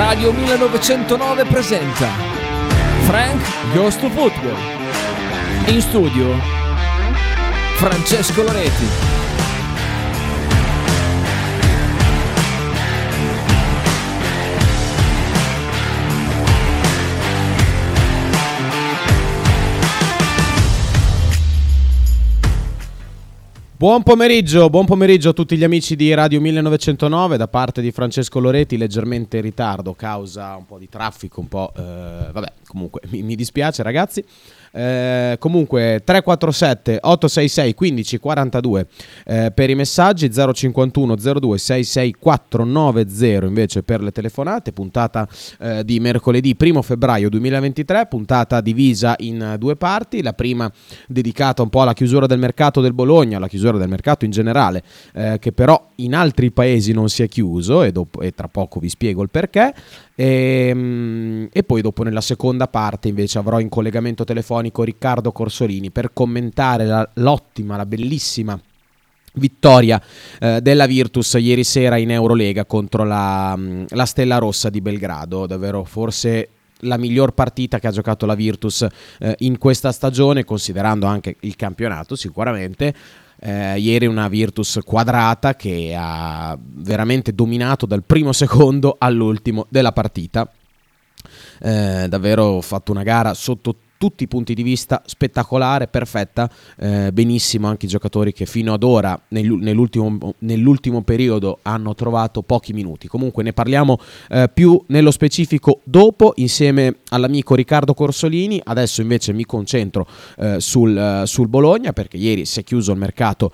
Radio 1909 presenta Frank Goes to Football. In studio Francesco Loretti. Buon pomeriggio a tutti gli amici di Radio 1909 da parte di Francesco Loretti, leggermente in ritardo causa un po' di traffico, comunque mi dispiace ragazzi. Comunque 347 866 1542 per i messaggi, 051 02 66490 invece per le telefonate. Puntata di mercoledì 1 febbraio 2023, puntata divisa in due parti, la prima dedicata un po' alla chiusura del mercato del Bologna, alla chiusura del mercato in generale, che però in altri paesi non si è chiuso e tra poco vi spiego il perché. E poi dopo nella seconda parte invece avrò in collegamento telefonico Riccardo Corsolini per commentare la bellissima vittoria della Virtus ieri sera in Eurolega contro la Stella Rossa di Belgrado. Davvero forse la miglior partita che ha giocato la Virtus in questa stagione, considerando anche il campionato sicuramente. Ieri una Virtus quadrata che ha veramente dominato dal primo secondo all'ultimo della partita. Davvero fatto una gara sotto tutti i punti di vista spettacolare, perfetta, benissimo anche i giocatori che fino ad ora nell'ultimo periodo hanno trovato pochi minuti. Comunque ne parliamo più nello specifico dopo insieme all'amico Riccardo Corsolini. Adesso invece mi concentro sul Bologna, perché ieri si è chiuso il mercato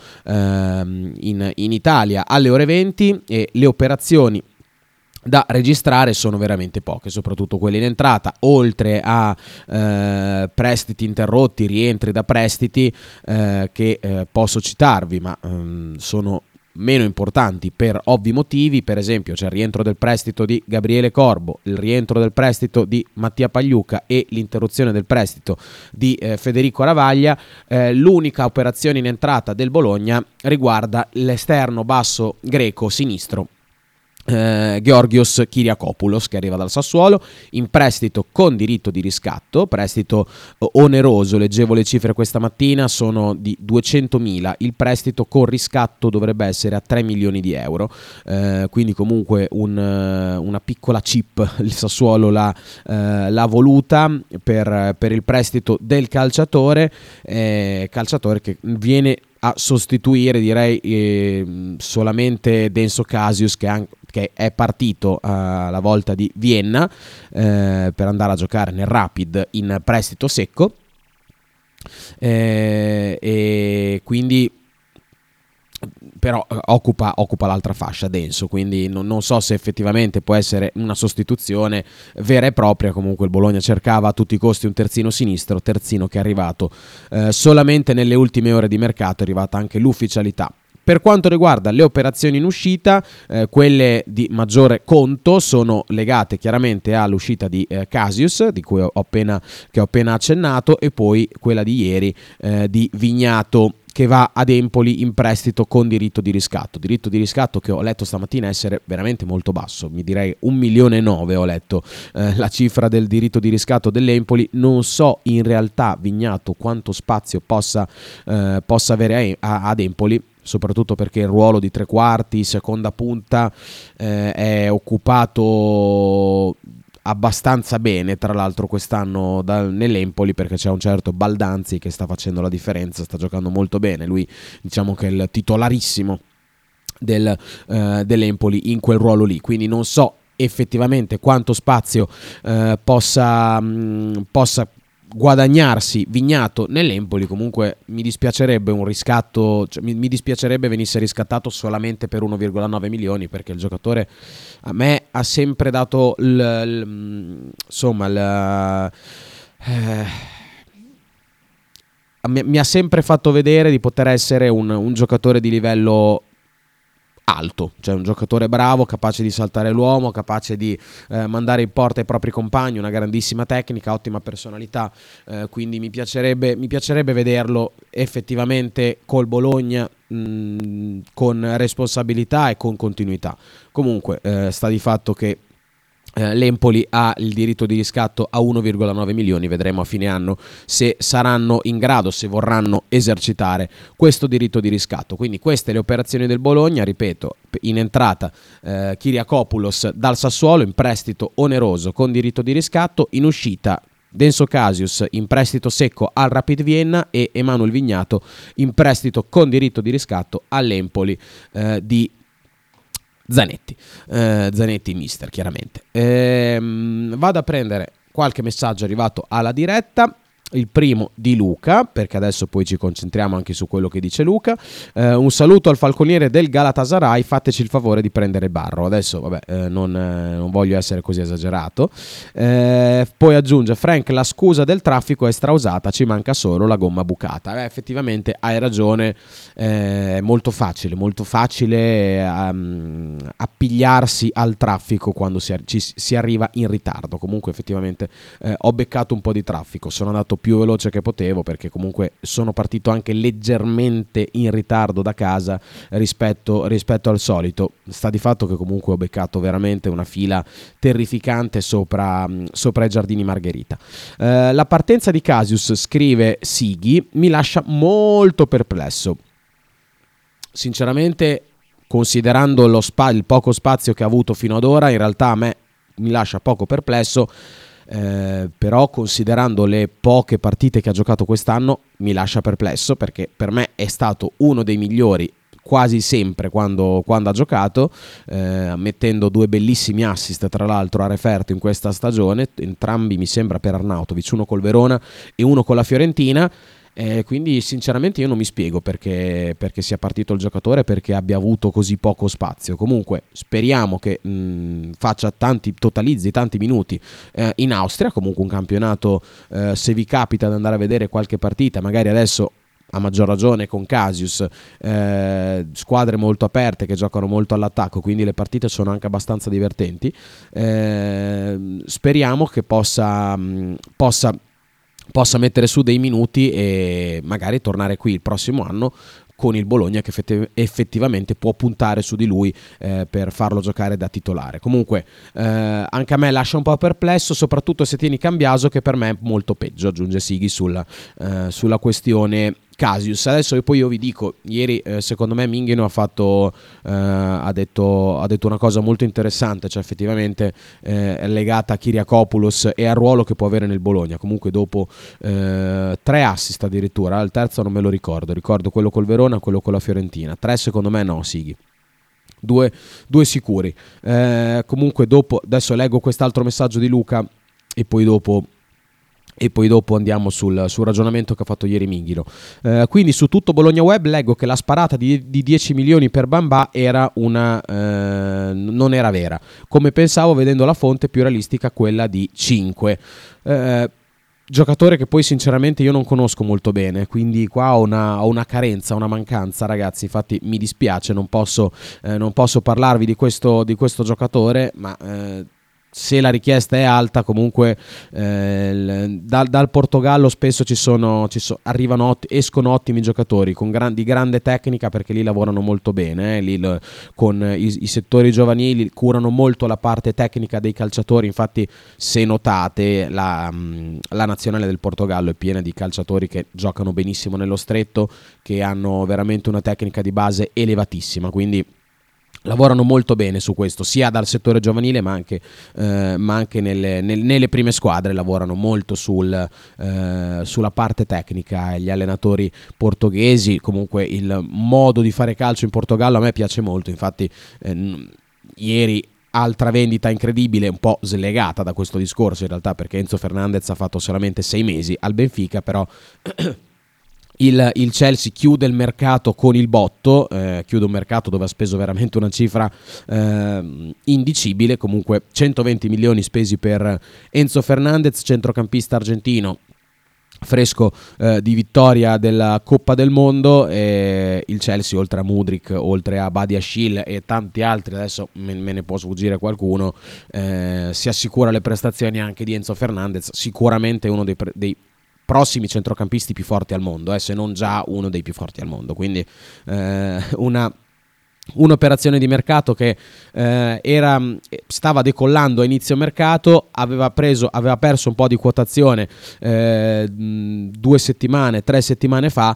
in Italia alle ore 20 e le operazioni da registrare sono veramente poche, soprattutto quelle in entrata, oltre a prestiti interrotti, rientri da prestiti che posso citarvi, ma sono meno importanti per ovvi motivi. Per esempio c'è il rientro del prestito di Gabriele Corbo, il rientro del prestito di Mattia Pagliuca e l'interruzione del prestito di Federico Ravaglia. L'unica operazione in entrata del Bologna riguarda l'esterno basso greco sinistro Georgios Kyriakopoulos, che arriva dal Sassuolo in prestito con diritto di riscatto, prestito oneroso. Leggevo le cifre questa mattina, sono di 200.000, il prestito con riscatto dovrebbe essere a 3 milioni di euro, quindi comunque una piccola chip il Sassuolo l'ha voluta per il prestito del calciatore che viene a sostituire, direi, solamente Denso Casius, che è partito alla volta di Vienna per andare a giocare nel Rapid in prestito secco, e quindi però occupa l'altra fascia Denso, quindi non so se effettivamente può essere una sostituzione vera e propria. Comunque il Bologna cercava a tutti i costi un terzino sinistro, terzino che è arrivato solamente nelle ultime ore di mercato, è arrivata anche l'ufficialità. Per quanto riguarda le operazioni in uscita, quelle di maggiore conto sono legate chiaramente all'uscita di Casius, di cui ho appena accennato, e poi quella di ieri di Vignato, che va ad Empoli in prestito con diritto di riscatto che ho letto stamattina essere veramente molto basso, mi direi 1,9 milioni ho letto la cifra del diritto di riscatto dell'Empoli. Non so in realtà Vignato quanto spazio possa avere ad Empoli, soprattutto perché il ruolo di tre quarti, seconda punta, è occupato abbastanza bene tra l'altro quest'anno nell'Empoli, perché c'è un certo Baldanzi che sta facendo la differenza, sta giocando molto bene. Lui diciamo che è il titolarissimo dell'Empoli in quel ruolo lì, quindi non so effettivamente quanto spazio possa guadagnarsi Vignato nell'Empoli. Comunque mi dispiacerebbe un riscatto, mi dispiacerebbe venisse riscattato solamente per 1,9 milioni, perché il giocatore a me ha sempre dato mi ha sempre fatto vedere di poter essere un giocatore di livello alto, cioè un giocatore bravo, capace di saltare l'uomo, capace di mandare in porta i propri compagni, una grandissima tecnica, ottima personalità, quindi mi piacerebbe vederlo effettivamente col Bologna, con responsabilità e con continuità. Comunque sta di fatto che l'Empoli ha il diritto di riscatto a 1,9 milioni, vedremo a fine anno se saranno in grado, se vorranno esercitare questo diritto di riscatto. Quindi queste le operazioni del Bologna, ripeto, in entrata Kyriakopoulos dal Sassuolo in prestito oneroso con diritto di riscatto, in uscita Denso Casius in prestito secco al Rapid Vienna e Emanuel Vignato in prestito con diritto di riscatto all'Empoli di Zanetti mister, chiaramente. Vado a prendere qualche messaggio arrivato alla diretta. Il primo di Luca, perché adesso poi ci concentriamo anche su quello che dice Luca. Un saluto al falconiere del Galatasaray, fateci il favore di prendere Barro. Adesso vabbè, non voglio essere così esagerato. Poi aggiunge Frank, la scusa del traffico è strausata, ci manca solo la gomma bucata. Effettivamente hai ragione, molto facile appigliarsi al traffico quando si arriva in ritardo. Comunque effettivamente ho beccato un po' di traffico, sono andato più veloce che potevo perché comunque sono partito anche leggermente in ritardo da casa rispetto al solito. Sta di fatto che comunque ho beccato veramente una fila terrificante sopra i Giardini Margherita. La partenza di Casius, scrive Sighi, mi lascia molto perplesso. Sinceramente, considerando il poco spazio che ha avuto fino ad ora, in realtà a me mi lascia poco perplesso. Però considerando le poche partite che ha giocato quest'anno mi lascia perplesso, perché per me è stato uno dei migliori quasi sempre quando ha giocato, mettendo 2 bellissimi assist tra l'altro a referto in questa stagione, entrambi mi sembra per Arnautovic, uno col Verona e uno con la Fiorentina. Quindi sinceramente io non mi spiego perché sia partito il giocatore, perché abbia avuto così poco spazio. Comunque speriamo che totalizzi tanti minuti in Austria, comunque un campionato, se vi capita di andare a vedere qualche partita, magari adesso a maggior ragione con Casius, squadre molto aperte che giocano molto all'attacco, quindi le partite sono anche abbastanza divertenti. Speriamo che possa mettere su dei minuti e magari tornare qui il prossimo anno con il Bologna, che effettivamente può puntare su di lui per farlo giocare da titolare. Comunque anche a me lascia un po' perplesso, soprattutto se tieni Cambiaso, che per me è molto peggio, aggiunge Sighi sulla questione Casius. Adesso io vi dico, ieri secondo me Minghino ha detto una cosa molto interessante, cioè effettivamente è legata a Kyriakopoulos e al ruolo che può avere nel Bologna. Comunque dopo 3 assist addirittura, il terzo non me lo ricordo quello col Verona, quello con la Fiorentina. 3 secondo me no, Sighi. 2 sicuri. Comunque dopo, adesso leggo quest'altro messaggio di Luca e poi dopo andiamo sul ragionamento che ha fatto ieri Minghino. Quindi su tutto Bologna Web leggo che la sparata di 10 milioni per Bambà era non era vera, come pensavo vedendo la fonte, più realistica quella di 5. Giocatore che poi sinceramente io non conosco molto bene, quindi qua ho una carenza, una mancanza, ragazzi. Infatti mi dispiace, non posso parlarvi di questo giocatore, ma se la richiesta è alta, comunque dal Portogallo spesso escono ottimi giocatori di grande tecnica, perché lì lavorano molto bene, con i settori giovanili curano molto la parte tecnica dei calciatori. Infatti se notate la nazionale del Portogallo è piena di calciatori che giocano benissimo nello stretto, che hanno veramente una tecnica di base elevatissima, quindi lavorano molto bene su questo, sia dal settore giovanile ma anche nelle prime squadre lavorano molto sulla parte tecnica. Gli allenatori portoghesi, comunque il modo di fare calcio in Portogallo a me piace molto. Infatti ieri altra vendita incredibile, un po' slegata da questo discorso in realtà, perché Enzo Fernandez ha fatto solamente 6 mesi al Benfica, però il Chelsea chiude il mercato con il botto, chiude un mercato dove ha speso veramente una cifra indicibile. Comunque 120 milioni spesi per Enzo Fernandez, centrocampista argentino fresco di vittoria della Coppa del Mondo. Il Chelsea, oltre a Mudryk, oltre a Badiashile e tanti altri, adesso me ne può sfuggire qualcuno, si assicura le prestazioni anche di Enzo Fernandez, sicuramente uno dei prossimi centrocampisti più forti al mondo, se non già uno dei più forti al mondo. Quindi una un'operazione di mercato che stava decollando a inizio mercato, aveva perso un po' di quotazione 2 settimane, 3 settimane fa,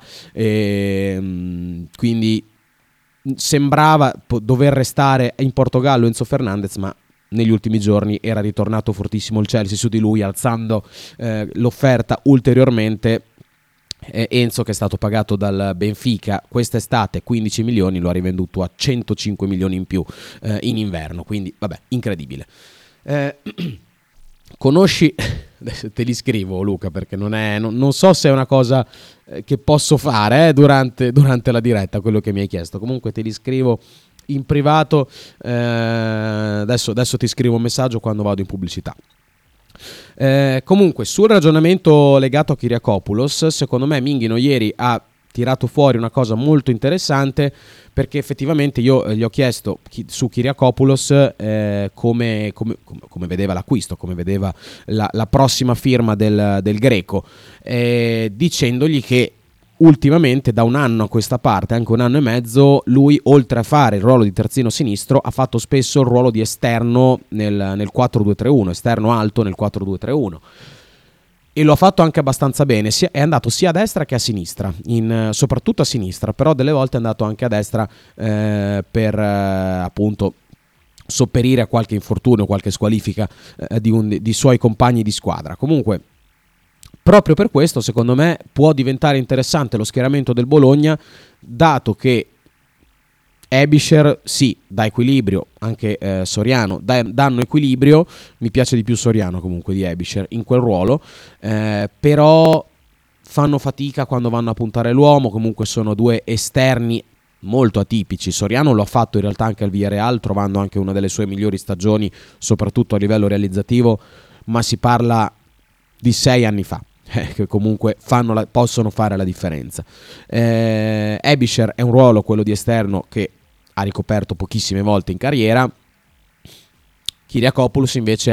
quindi sembrava dover restare in Portogallo Enzo Fernandez, ma negli ultimi giorni era ritornato fortissimo il Chelsea su di lui, alzando l'offerta ulteriormente. Enzo, che è stato pagato dal Benfica quest'estate 15 milioni, lo ha rivenduto a 105 milioni in più in inverno, quindi vabbè, incredibile. Conosci, adesso te li scrivo Luca, perché non so se è una cosa che posso fare durante la diretta, quello che mi hai chiesto. Comunque te li scrivo in privato, adesso ti scrivo un messaggio quando vado in pubblicità. Comunque, sul ragionamento legato a Kyriakopoulos, secondo me Minghino ieri ha tirato fuori una cosa molto interessante, perché effettivamente io gli ho chiesto su Kyriakopoulos come vedeva l'acquisto, come vedeva la prossima firma del greco, dicendogli che ultimamente, da un anno a questa parte, anche un anno e mezzo, lui, oltre a fare il ruolo di terzino sinistro, ha fatto spesso il ruolo di esterno nel 4-2-3-1, esterno alto nel 4-2-3-1, e lo ha fatto anche abbastanza bene. È andato sia a destra che a sinistra, soprattutto a sinistra, però delle volte è andato anche a destra per appunto sopperire a qualche infortunio, qualche squalifica di suoi compagni di squadra. Comunque, proprio per questo, secondo me, può diventare interessante lo schieramento del Bologna, dato che Ebischer sì, dà equilibrio, anche Soriano danno equilibrio. Mi piace di più Soriano comunque di Ebischer in quel ruolo, però fanno fatica quando vanno a puntare l'uomo. Comunque sono due esterni molto atipici. Soriano lo ha fatto in realtà anche al Villarreal, trovando anche una delle sue migliori stagioni, soprattutto a livello realizzativo, ma si parla di 6 anni fa, che comunque possono fare la differenza. Ebischer è un ruolo, quello di esterno, che ha ricoperto pochissime volte in carriera. Kyriakopoulos invece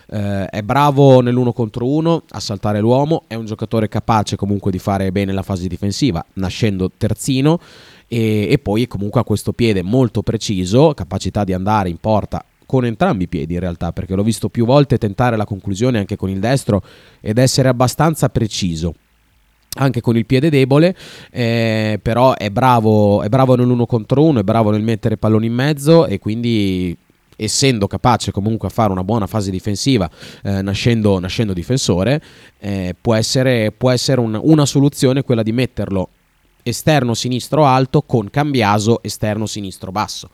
è bravo nell'1 contro 1 a saltare l'uomo, è un giocatore capace comunque di fare bene la fase difensiva, nascendo terzino, e poi comunque ha questo piede molto preciso, capacità di andare in porta con entrambi i piedi in realtà, perché l'ho visto più volte tentare la conclusione anche con il destro ed essere abbastanza preciso anche con il piede debole, però è bravo nell'1 contro 1, è bravo nel mettere palloni in mezzo, e quindi, essendo capace comunque a fare una buona fase difensiva, nascendo difensore, può essere una soluzione quella di metterlo esterno sinistro alto con Cambiaso esterno sinistro basso.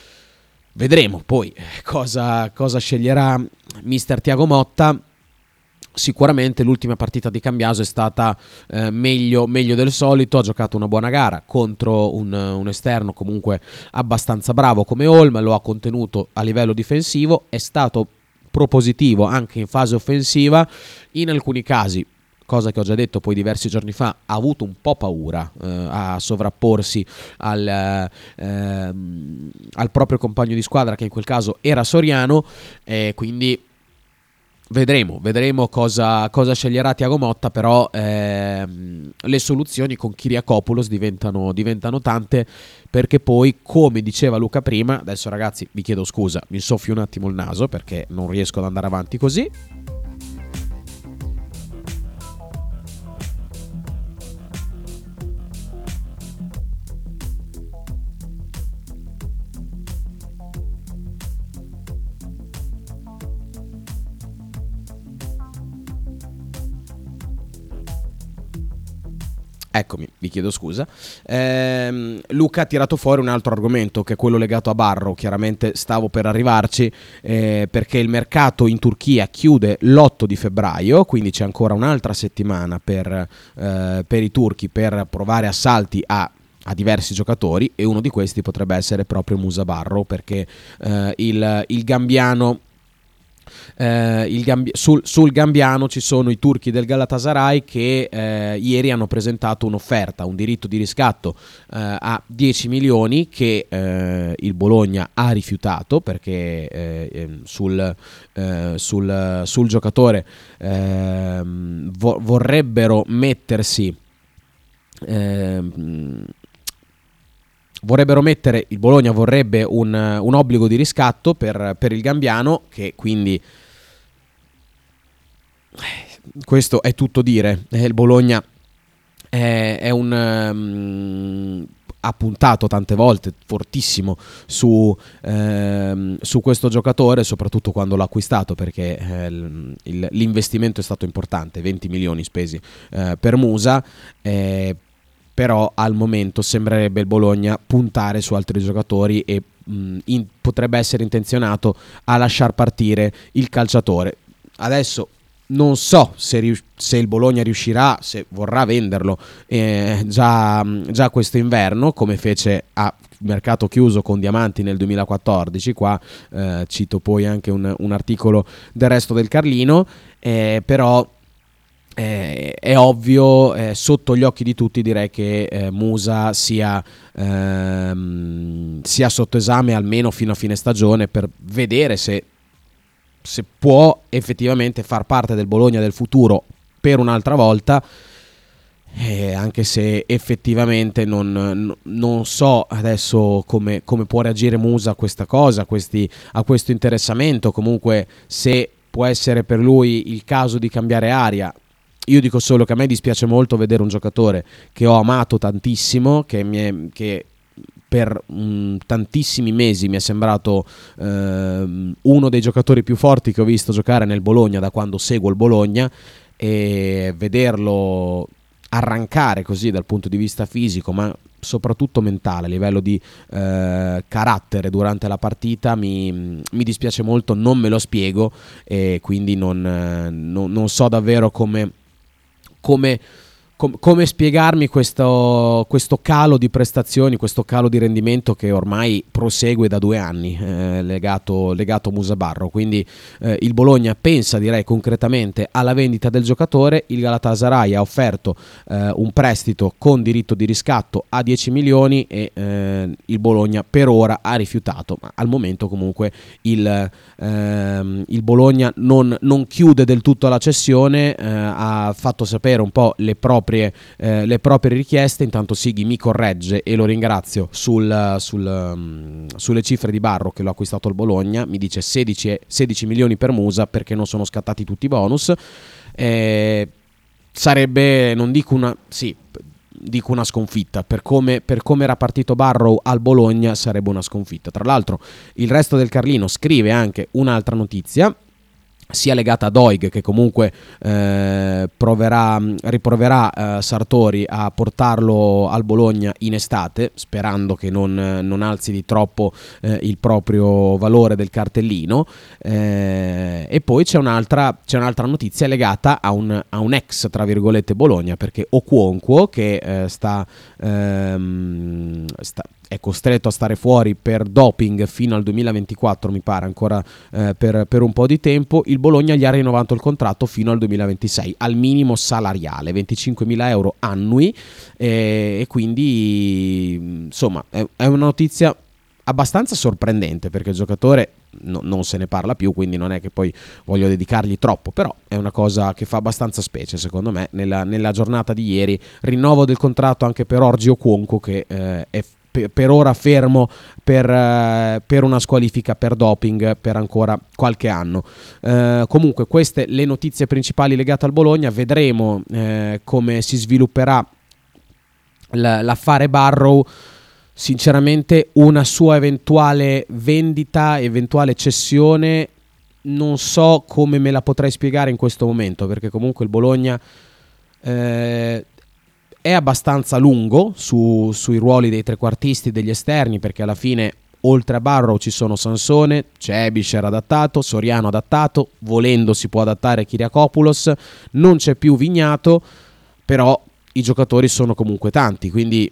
Vedremo poi cosa sceglierà mister Thiago Motta. Sicuramente l'ultima partita di Cambiaso è stata meglio del solito, ha giocato una buona gara contro un esterno comunque abbastanza bravo come Holm, lo ha contenuto a livello difensivo, è stato propositivo anche in fase offensiva, in alcuni casi, cosa che ho già detto poi diversi giorni fa, ha avuto un po' paura a sovrapporsi al proprio compagno di squadra, che in quel caso era Soriano, quindi vedremo cosa sceglierà Thiago Motta. Però le soluzioni con Kyriakopoulos diventano tante, perché poi, come diceva Luca prima, adesso ragazzi vi chiedo scusa, mi soffio un attimo il naso perché non riesco ad andare avanti così. Eccomi, vi chiedo scusa. Luca ha tirato fuori un altro argomento, che è quello legato a Barrow. Chiaramente stavo per arrivarci, perché il mercato in Turchia chiude l'8 di febbraio, quindi c'è ancora un'altra settimana per i turchi per provare assalti a diversi giocatori, e uno di questi potrebbe essere proprio Musa Barrow, perché il gambiano... sul gambiano ci sono i turchi del Galatasaray che ieri hanno presentato un'offerta, un diritto di riscatto a 10 milioni che il Bologna ha rifiutato, perché sul giocatore vorrebbero mettersi il Bologna vorrebbe un obbligo di riscatto per il Gambiano, che quindi questo è tutto dire. Il Bologna ha puntato tante volte fortissimo su questo giocatore, soprattutto quando l'ha acquistato, perché l'investimento è stato importante, 20 milioni spesi per Musa, però al momento sembrerebbe il Bologna puntare su altri giocatori e potrebbe essere intenzionato a lasciar partire il calciatore. Adesso non so se il Bologna riuscirà, se vorrà venderlo già questo inverno, come fece a mercato chiuso con Diamanti nel 2014. Qua cito poi anche un articolo del Resto del Carlino, però è ovvio, sotto gli occhi di tutti, direi che Musa sia sotto esame almeno fino a fine stagione, per vedere se può effettivamente far parte del Bologna del futuro per un'altra volta, anche se effettivamente non so adesso come può reagire Musa a questa cosa, a questo interessamento. Comunque, se può essere per lui il caso di cambiare aria. Io dico solo che a me dispiace molto vedere un giocatore che ho amato tantissimo, che per tantissimi mesi mi è sembrato uno dei giocatori più forti che ho visto giocare nel Bologna da quando seguo il Bologna, e vederlo arrancare così dal punto di vista fisico, ma soprattutto mentale, a livello di carattere durante la partita, mi dispiace molto, non me lo spiego, e quindi non so davvero come spiegarmi questo calo di prestazioni, questo calo di rendimento che ormai prosegue da 2 anni, legato a Musa Barro. Quindi il Bologna pensa, direi, concretamente alla vendita del giocatore. Il Galatasaray ha offerto un prestito con diritto di riscatto a 10 milioni e il Bologna per ora ha rifiutato, ma al momento comunque il Bologna non chiude del tutto la cessione, ha fatto sapere un po' le proprie richieste. Intanto Sighi mi corregge, e lo ringrazio, sulle cifre di Barro, che l'ho acquistato al Bologna. Mi dice 16 milioni per Musa, perché non sono scattati tutti i bonus. Sarebbe, non dico dico una sconfitta, per come era partito Barrow al Bologna, sarebbe una sconfitta. Tra l'altro il Resto del Carlino scrive anche un'altra notizia, sia legata a Doig, che comunque riproverà Sartori a portarlo al Bologna in estate, sperando che non alzi di troppo il proprio valore del cartellino, e poi c'è un'altra notizia legata a un ex, tra virgolette, Bologna, perché Okonkwo, che è costretto a stare fuori per doping fino al 2024, mi pare ancora per un po' di tempo. Il Bologna gli ha rinnovato il contratto fino al 2026 al minimo salariale, 25.000 euro annui, e quindi insomma è una notizia abbastanza sorprendente, perché il giocatore non se ne parla più, quindi non è che poi voglio dedicargli troppo, però è una cosa che fa abbastanza specie secondo me nella giornata di ieri. Rinnovo del contratto anche per Orgi Okonkwo, che è per ora fermo per una squalifica per doping per ancora qualche anno. Comunque queste le notizie principali legate al Bologna. Vedremo come si svilupperà l'affare Barrow. Sinceramente una sua eventuale vendita, eventuale cessione, non so come me la potrei spiegare in questo momento, perché comunque il Bologna è abbastanza lungo sui ruoli dei trequartisti, degli esterni, perché alla fine oltre a Barrow ci sono Sansone, c'è Ebischer adattato, Soriano adattato, volendo si può adattare Kyriakopoulos, non c'è più Vignato, però i giocatori sono comunque tanti, quindi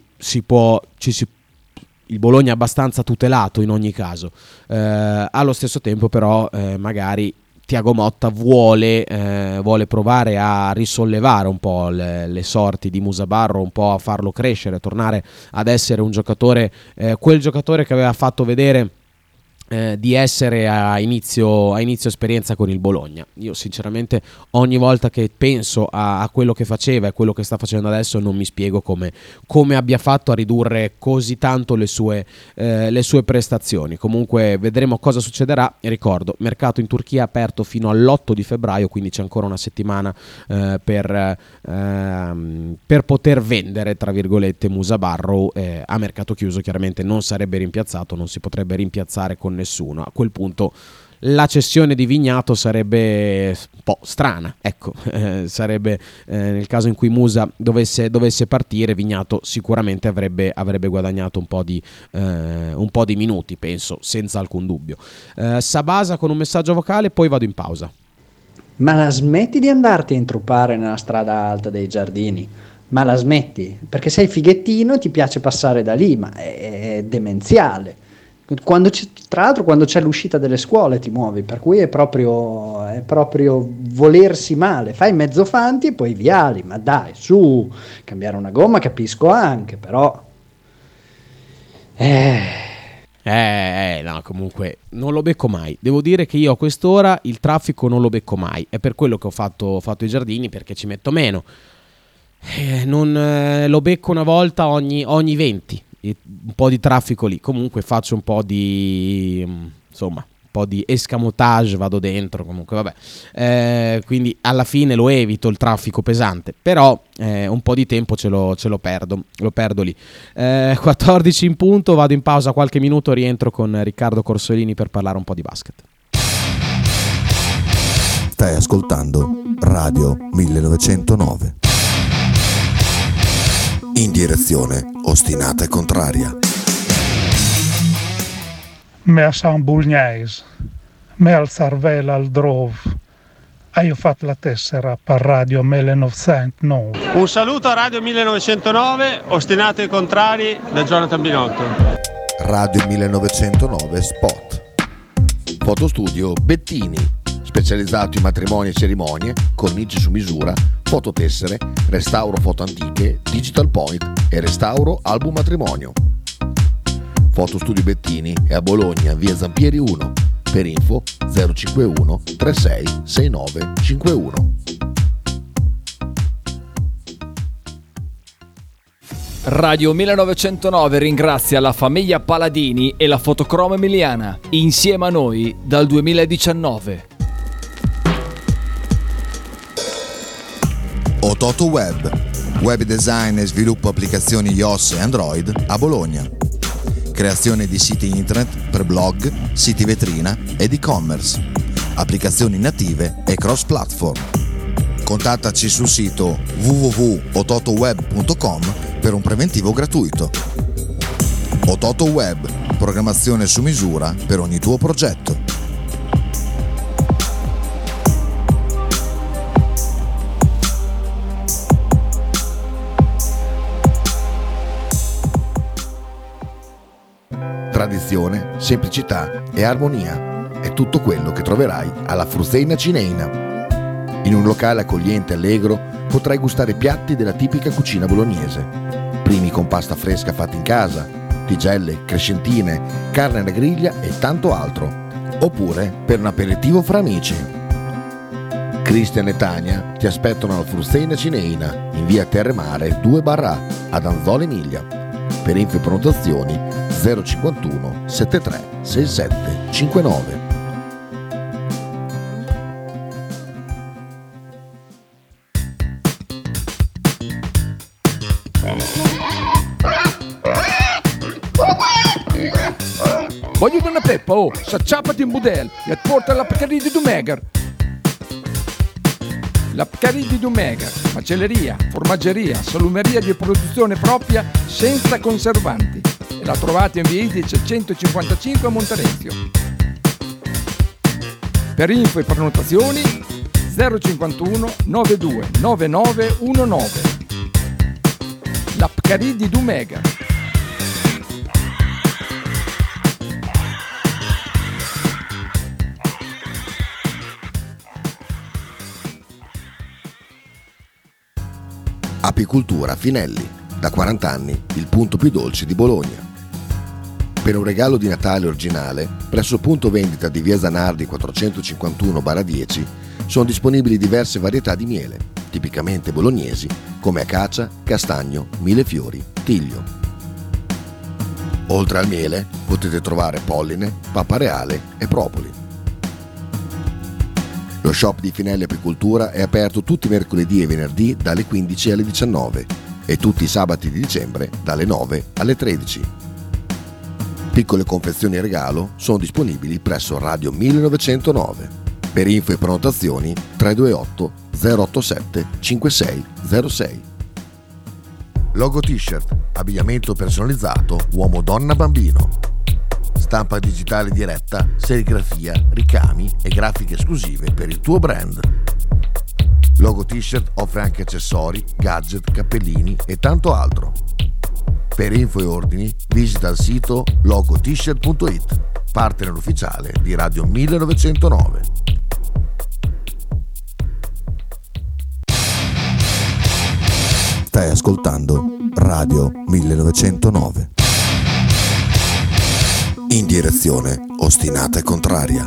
il Bologna è abbastanza tutelato in ogni caso. Allo stesso tempo però magari Thiago Motta vuole provare a risollevare un po' le sorti di Musa Barro, un po' a farlo crescere, tornare ad essere un giocatore, quel giocatore che aveva fatto vedere di essere a inizio esperienza con il Bologna. Io sinceramente ogni volta che penso a quello che faceva e a quello che sta facendo adesso non mi spiego come abbia fatto a ridurre così tanto le sue prestazioni. Comunque vedremo cosa succederà. E ricordo, mercato in Turchia è aperto fino all'8 di febbraio, quindi c'è ancora una settimana per poter vendere, tra virgolette, Musa Barrow. A mercato chiuso chiaramente non sarebbe rimpiazzato, non si potrebbe rimpiazzare con nessuno. A quel punto la cessione di Vignato sarebbe un po' strana, ecco. Sarebbe nel caso in cui Musa dovesse partire, Vignato sicuramente avrebbe guadagnato un po' di minuti, penso, senza alcun dubbio. Sabasa con un messaggio vocale, poi vado in pausa. Ma la smetti di andarti a intruppare nella strada alta dei giardini? Ma la smetti? Perché sei fighettino e ti piace passare da lì, ma è demenziale. Tra l'altro quando c'è l'uscita delle scuole ti muovi, per cui è proprio volersi male. Fai mezzo fanti e poi viali, ma dai, su, cambiare una gomma capisco anche, però... No, comunque non lo becco mai. Devo dire che io a quest'ora il traffico non lo becco mai. È per quello che ho fatto i giardini, perché ci metto meno. Non lo becco una volta ogni 20. Un po' di traffico lì. Comunque faccio un po' di escamotage, vado dentro, comunque vabbè. Quindi alla fine lo evito il traffico pesante, però un po' di tempo ce lo perdo lì. 14 in punto, vado in pausa qualche minuto, rientro con Riccardo Corsolini per parlare un po' di basket. Stai ascoltando Radio 1909. In direzione ostinata e contraria. Me a San Bulgnais, me al Sarvela al Drove. Io ho fatto la tessera per Radio 1909. Un saluto a Radio 1909, ostinati e contrari, da Jonathan Binotto. Radio 1909 Spot. Fotostudio Bettini, specializzato in matrimoni e cerimonie, cornici su misura, fototessere, restauro foto antiche, digital point e restauro album matrimonio. Fotostudio Bettini è a Bologna, via Zampieri 1. Per info 051 36 69 51. Radio 1909 ringrazia la famiglia Paladini e la Fotocromo Emiliana, insieme a noi dal 2019. Ototo Web design e sviluppo applicazioni iOS e Android a Bologna. Creazione di siti internet per blog, siti vetrina ed e-commerce, applicazioni native e cross-platform. Contattaci sul sito www.ototoweb.com per un preventivo gratuito. Ototo Web, programmazione su misura per ogni tuo progetto. Tradizione, semplicità e armonia è tutto quello che troverai alla Fruzeina Cineina. In un locale accogliente e allegro potrai gustare piatti della tipica cucina bolognese. Primi con pasta fresca fatta in casa, tigelle, crescentine, carne alla griglia e tanto altro. Oppure per un aperitivo fra amici. Cristian e Tania ti aspettano alla Fruzeina Cineina in via Terremare 2/A ad Anzola Emilia. Per info e prenotazioni 051 73 67 59. Voglio una peppa, s'acciappati in budel e porta la Pcaridi di Dumegar. La Pcaridi di Dumegar, macelleria, formaggeria, salumeria di produzione propria senza conservanti. E la trovate in via Idice 155 a Monterezio. Per info e prenotazioni 051 92 9919. La Pcaridi di Dumegar. Apicoltura Finelli, da 40 anni il punto più dolce di Bologna. Per un regalo di Natale originale, presso punto vendita di via Zanardi 451/10 sono disponibili diverse varietà di miele, tipicamente bolognesi, come acacia, castagno, millefiori, tiglio. Oltre al miele potete trovare polline, pappa reale e propoli. Lo shop di Finelli Apicoltura è aperto tutti i mercoledì e venerdì dalle 15 alle 19 e tutti i sabati di dicembre dalle 9 alle 13. Piccole confezioni regalo sono disponibili presso Radio 1909. Per info e prenotazioni 328 087 5606. Logo T-shirt, abbigliamento personalizzato uomo, donna, bambino. Stampa digitale diretta, serigrafia, ricami e grafiche esclusive per il tuo brand. Logo T-shirt offre anche accessori, gadget, cappellini e tanto altro. Per info e ordini visita il sito logotshirt.it, partner ufficiale di Radio 1909. Stai ascoltando Radio 1909. In direzione ostinata e contraria.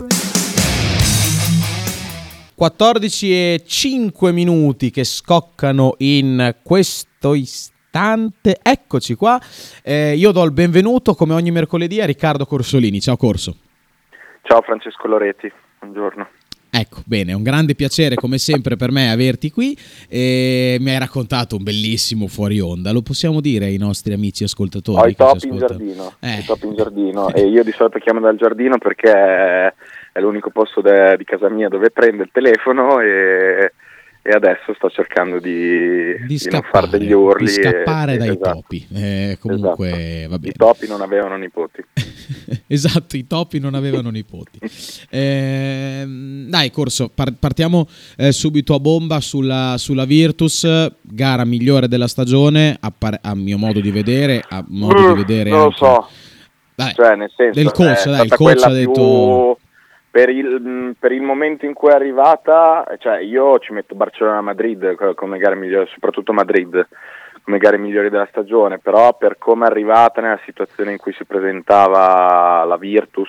14:05 che scoccano in questo istante. Eccoci qua. Io do il benvenuto come ogni mercoledì a Riccardo Corsolini. Ciao Corso. Ciao Francesco Loretti, buongiorno. Ecco, bene, è un grande piacere come sempre per me averti qui. Mi hai raccontato un bellissimo fuori onda, lo possiamo dire ai nostri amici ascoltatori? Ho i top in giardino, i top in giardino e io di solito chiamo dal giardino perché è l'unico posto di casa mia dove prendo il telefono e adesso sto cercando di non fare degli urli. Di scappare dai esatto, topi. Comunque, esatto. Va bene. I topi non avevano nipoti. Esatto, i topi non avevano nipoti. Dai Corso, partiamo subito a bomba sulla Virtus, gara migliore della stagione, a mio modo di vedere, Non lo so, dai, cioè nel senso del coach, è il coach ha detto... Per il momento in cui è arrivata, cioè io ci metto Barcellona-Madrid come gare migliori, soprattutto Madrid come gare migliori della stagione, però per come è arrivata nella situazione in cui si presentava la Virtus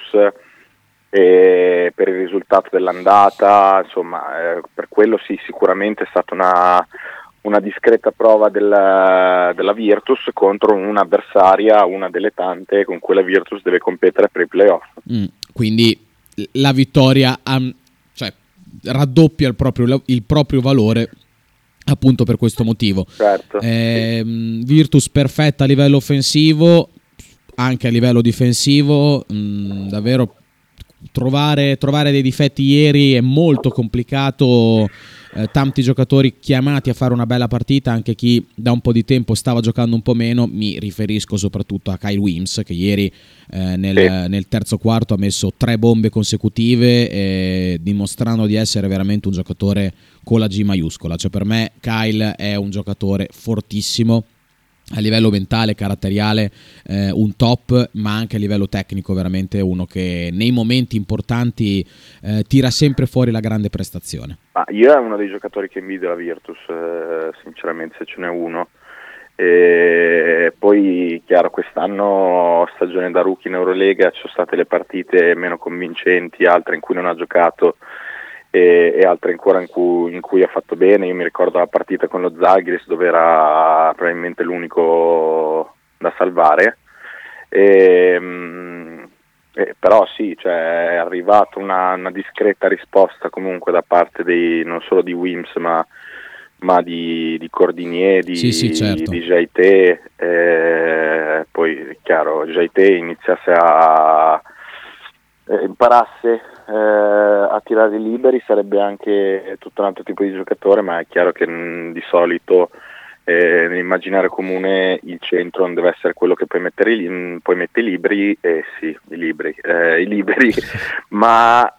e per il risultato dell'andata, insomma, per quello sì, sicuramente è stata una discreta prova della Virtus contro un'avversaria, una delle tante con cui la Virtus deve competere per i playoff. Quindi la vittoria raddoppia il proprio valore appunto per questo motivo. Certo. Virtus perfetta a livello offensivo, anche a livello difensivo, davvero trovare dei difetti ieri è molto complicato. Tanti giocatori chiamati a fare una bella partita, anche chi da un po' di tempo stava giocando un po' meno. Mi riferisco soprattutto a Kyle Wims, che ieri nel terzo quarto ha messo 3 bombe consecutive, dimostrando di essere veramente un giocatore con la G maiuscola. Cioè, per me Kyle è un giocatore fortissimo a livello mentale, caratteriale, un top, ma anche a livello tecnico veramente uno che nei momenti importanti tira sempre fuori la grande prestazione. Io è uno dei giocatori che invidio la Virtus, sinceramente, se ce n'è uno. E poi chiaro, quest'anno stagione da rookie in Eurolega, ci sono state le partite meno convincenti, altre in cui non ha giocato e altre ancora in cui ha fatto bene. Io mi ricordo la partita con lo Zagris dove era probabilmente l'unico da salvare, però sì, cioè, è arrivata una discreta risposta comunque da parte non solo di Wims ma di Cordinier, sì, certo. di JT, poi chiaro JT iniziasse a imparasse a tirare liberi, sarebbe anche tutto un altro tipo di giocatore, ma è chiaro che di solito nell'immaginario comune il centro non deve essere quello che poi mette i liberi, i liberi ma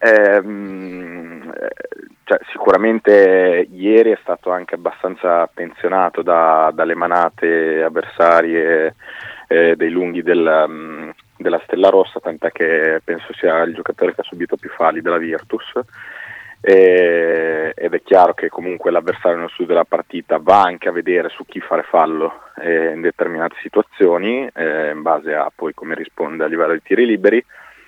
cioè, sicuramente ieri è stato anche abbastanza attenzionato dalle manate avversarie dei lunghi della Stella Rossa, tant'è che penso sia il giocatore che ha subito più falli della Virtus. ed è chiaro che comunque l'avversario nello studio della partita va anche a vedere su chi fare fallo in determinate situazioni, in base a poi come risponde a livello di tiri liberi,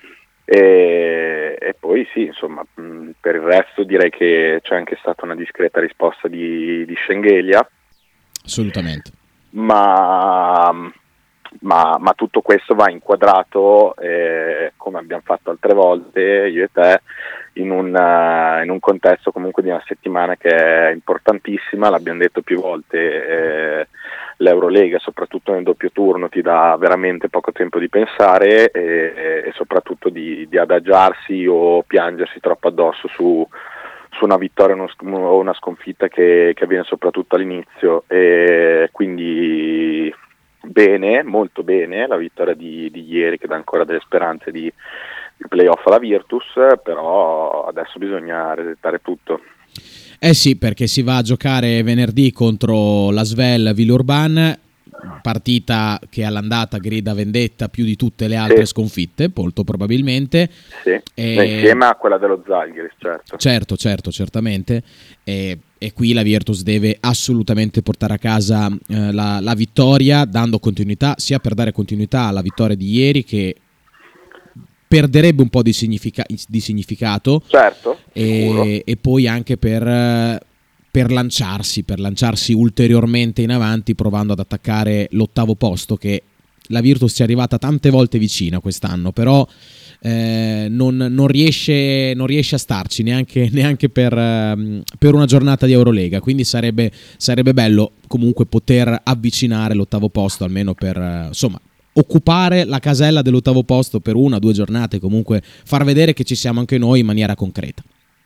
e poi sì, insomma, per il resto direi che c'è anche stata una discreta risposta di Schengelia. Assolutamente. Ma tutto questo va inquadrato, come abbiamo fatto altre volte io e te, in un contesto comunque di una settimana che è importantissima. L'abbiamo detto più volte, l'Eurolega soprattutto nel doppio turno ti dà veramente poco tempo di pensare e soprattutto di adagiarsi o piangersi troppo addosso su una vittoria o una sconfitta che avviene soprattutto all'inizio, e quindi bene, molto bene la vittoria di ieri, che dà ancora delle speranze di playoff alla Virtus, però adesso bisogna resettare tutto. Eh sì, perché si va a giocare venerdì contro la Svel Villeurbanne, partita che all'andata grida vendetta più di tutte le altre sconfitte, molto probabilmente. Sì, insieme a quella dello Zalgiris, certo. Certo, certamente. E qui la Virtus deve assolutamente portare a casa la vittoria, dando continuità, sia per dare continuità alla vittoria di ieri, che perderebbe un po' di significato, certo, e poi anche per lanciarsi ulteriormente in avanti, provando ad attaccare l'ottavo posto, che la Virtus ci è arrivata tante volte vicina quest'anno, però non riesce a starci neanche per una giornata di Eurolega, quindi sarebbe bello comunque poter avvicinare l'ottavo posto, almeno per occupare la casella dell'ottavo posto per 1 o 2 giornate, comunque far vedere che ci siamo anche noi in maniera concreta.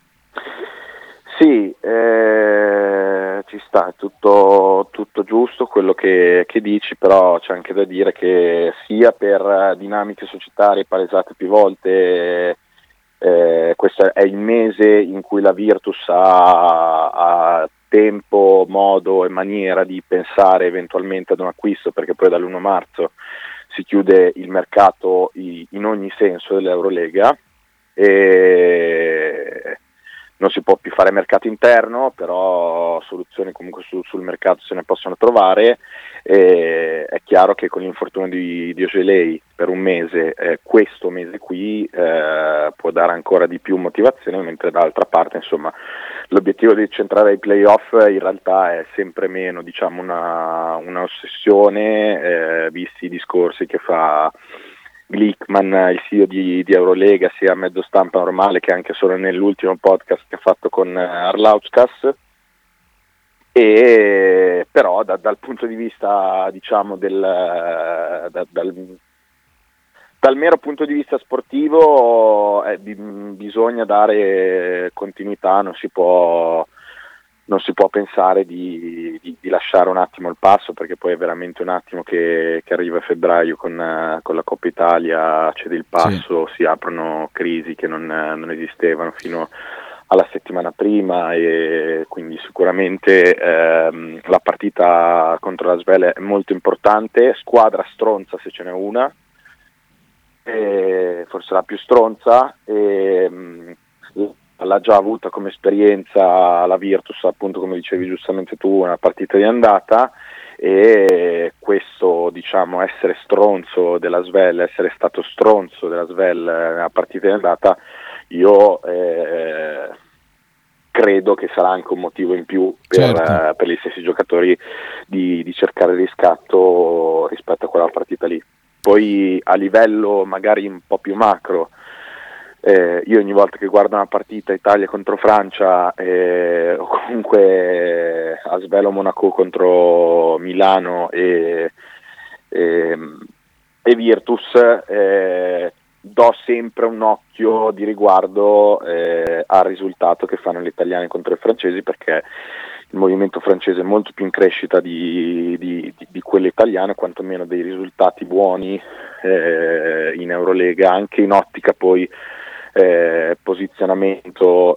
Sì, ci sta, è tutto giusto quello che dici, però c'è anche da dire che sia per dinamiche societarie palesate più volte, questo è il mese in cui la Virtus ha tempo, modo e maniera di pensare eventualmente ad un acquisto, perché poi dall'1 marzo si chiude il mercato in ogni senso dell'Eurolega, e non si può più fare mercato interno, però soluzioni comunque sul mercato se ne possono trovare. È chiaro che con l'infortunio di Ojeley per un mese, questo mese qui può dare ancora di più motivazione, mentre dall'altra parte, insomma, l'obiettivo di centrare ai playoff in realtà è sempre meno, diciamo, una ossessione, visti i discorsi che fa Glickman, il CEO di Eurolega, sia a mezzo stampa normale che anche solo nell'ultimo podcast che ha fatto con Arlauskas. E però dal punto di vista, diciamo, dal mero punto di vista sportivo, bisogna dare continuità, non si può pensare di lasciare un attimo il passo, perché poi è veramente un attimo che arriva a febbraio con la Coppa Italia, cede il passo, si aprono crisi che non esistevano fino alla settimana prima, e quindi sicuramente la partita contro la Svel è molto importante. Squadra stronza se ce n'è una, forse la più stronza, l'ha già avuta come esperienza la Virtus, appunto, come dicevi giustamente tu, una partita di andata, e questo, diciamo, essere stronzo della Svel, essere stato stronzo della Svel nella partita di andata, io credo che sarà anche un motivo in più per gli stessi giocatori di cercare riscatto rispetto a quella partita lì. Poi a livello magari un po' più macro, io ogni volta che guardo una partita Italia contro Francia, o comunque Asvel o Monaco contro Milano e Virtus, do sempre un occhio di riguardo al risultato che fanno gli italiani contro i francesi, perché il movimento francese è molto più in crescita di quello italiano, quantomeno dei risultati buoni in Eurolega, anche in ottica poi posizionamento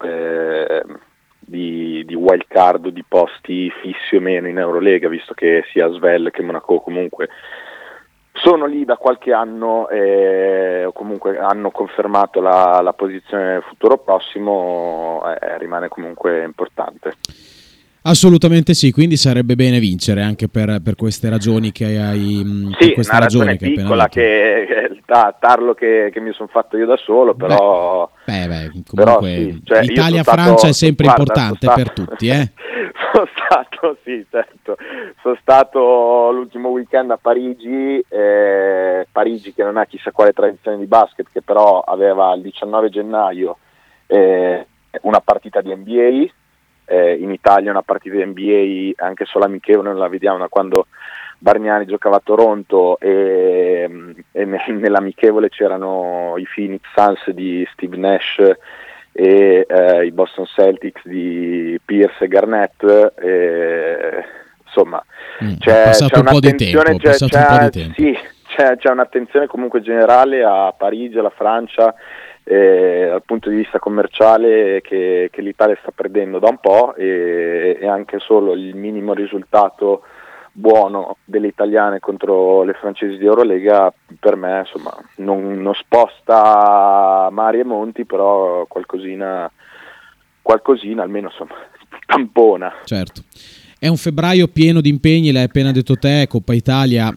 di wild card o di posti fissi o meno in Eurolega, visto che sia Svel che Monaco comunque sono lì da qualche anno o comunque hanno confermato la posizione nel futuro prossimo, rimane comunque importante. Assolutamente sì, quindi sarebbe bene vincere anche per queste ragioni che hai. Sì, queste una ragioni ragione che hai appena piccola detto. che tarlo che mi sono fatto io da solo, però comunque però sì, cioè, io Italia-Francia è sempre guarda, importante per tutti, sono stato, sì, certo, sono stato l'ultimo weekend a Parigi, Parigi che non ha chissà quale tradizione di basket, che però aveva il 19 gennaio una partita di NBA. In Italia una partita di NBA anche solo amichevole non la vediamo da quando Bargnani giocava a Toronto, e nell'amichevole c'erano i Phoenix Suns di Steve Nash e i Boston Celtics di Pierce e Garnett, insomma c'è un'attenzione, sì, c'è un'attenzione comunque generale a Parigi, alla Francia, dal punto di vista commerciale che l'Italia sta perdendo da un po', e anche solo il minimo risultato buono delle italiane contro le francesi di Eurolega per me insomma non sposta mari e monti, però qualcosina almeno insomma tampona. Certo. È un febbraio pieno di impegni, l'hai appena detto te, Coppa Italia,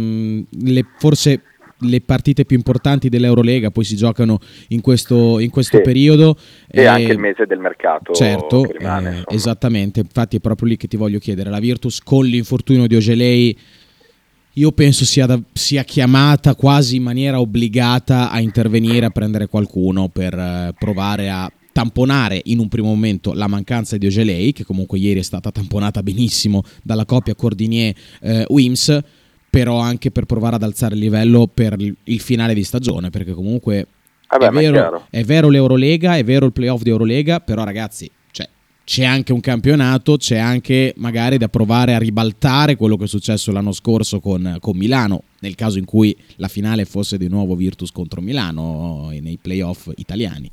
forse le partite più importanti dell'Eurolega poi si giocano in questo periodo, e anche il mese del mercato, certo, che rimane, esattamente, infatti è proprio lì che ti voglio chiedere. La Virtus con l'infortunio di Ogelei io penso sia chiamata quasi in maniera obbligata a intervenire, a prendere qualcuno per provare a tamponare in un primo momento la mancanza di Ogelei, che comunque ieri è stata tamponata benissimo dalla coppia Cordinier-Wims, però anche per provare ad alzare il livello per il finale di stagione, perché comunque è vero l'Eurolega, è vero il playoff di Eurolega, però ragazzi, c'è anche un campionato, c'è anche magari da provare a ribaltare quello che è successo l'anno scorso con Milano, nel caso in cui la finale fosse di nuovo Virtus contro Milano nei playoff italiani.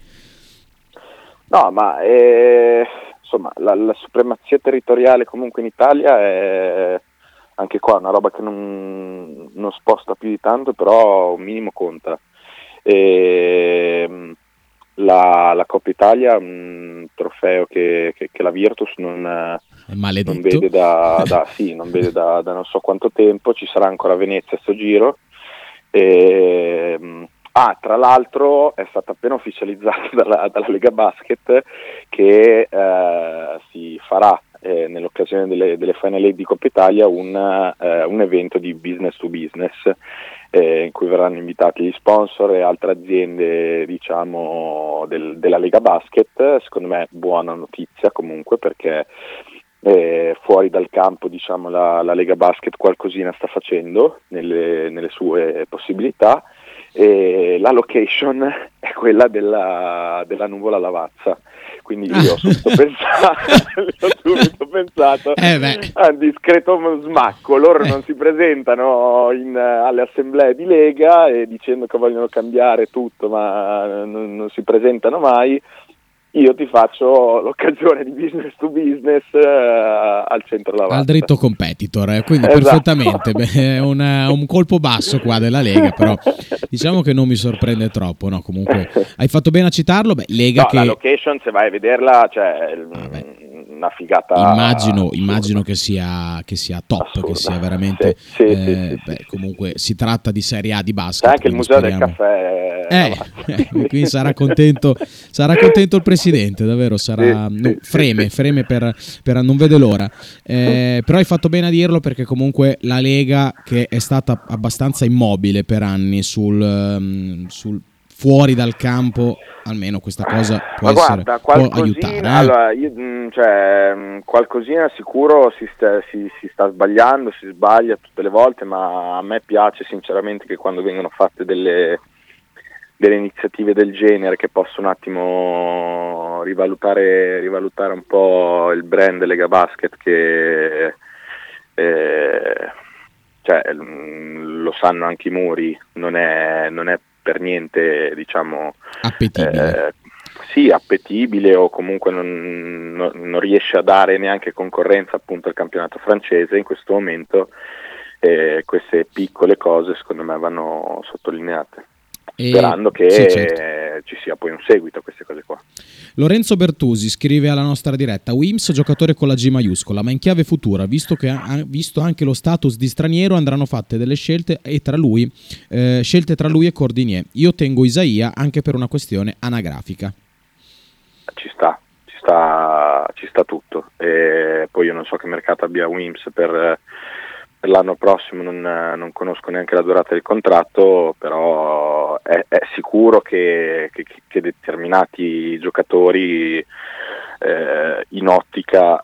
No, ma insomma la supremazia territoriale comunque in Italia è anche qua una roba che non sposta più di tanto, però un minimo conta. La Coppa Italia, un trofeo che la Virtus non vede non vede da non so quanto tempo. Ci sarà ancora a Venezia sto giro. Tra l'altro è stata appena ufficializzata dalla Lega Basket che si farà nell'occasione delle Final Eight di Coppa Italia un evento di business to business, in cui verranno invitati gli sponsor e altre aziende, diciamo, della Lega Basket. Secondo me buona notizia comunque, perché fuori dal campo, diciamo, la Lega Basket qualcosina sta facendo nelle sue possibilità, e la location è quella della Nuvola Lavazza, quindi io ho subito pensato a un discreto smacco. Loro non si presentano alle assemblee di Lega dicendo che vogliono cambiare tutto, ma non si presentano mai. Io ti faccio l'occasione di business to business al centro Lavazza. Al dritto competitor, quindi esatto. Perfettamente. È un colpo basso qua della Lega, però diciamo che non mi sorprende troppo, no? Comunque hai fatto bene a citarlo. Lega la location, se vai a vederla, cioè una figata. Immagino che sia top, assurda, che sia veramente sì. Comunque si tratta di Serie A di basket. C'è anche il museo del caffè. Quindi sarà contento il presidente, davvero sarà freme per non vede l'ora. Però hai fatto bene a dirlo, perché comunque la Lega, che è stata abbastanza immobile per anni sul fuori dal campo, almeno questa cosa può aiutare. Allora, qualcosina sicuro si sta sbagliando, si sbaglia tutte le volte, ma a me piace sinceramente che quando vengono fatte delle iniziative del genere, che possono un attimo rivalutare un po' il brand Lega Basket, che lo sanno anche i muri, non è per niente, diciamo, appetibile. Appetibile, o comunque non riesce a dare neanche concorrenza appunto al campionato francese in questo momento. E queste piccole cose secondo me vanno sottolineate, E- sperando che sì, certo. ci sia poi un seguito a queste cose qua. Lorenzo Bertusi scrive alla nostra diretta: Wims giocatore con la G maiuscola, ma in chiave futura, visto anche lo status di straniero, andranno fatte delle scelte tra lui e Cordinier. Io tengo Isaia anche per una questione anagrafica. Ci sta tutto. E poi io non so che mercato abbia Wims per l'anno prossimo, non conosco neanche la durata del contratto, però è sicuro che determinati giocatori in ottica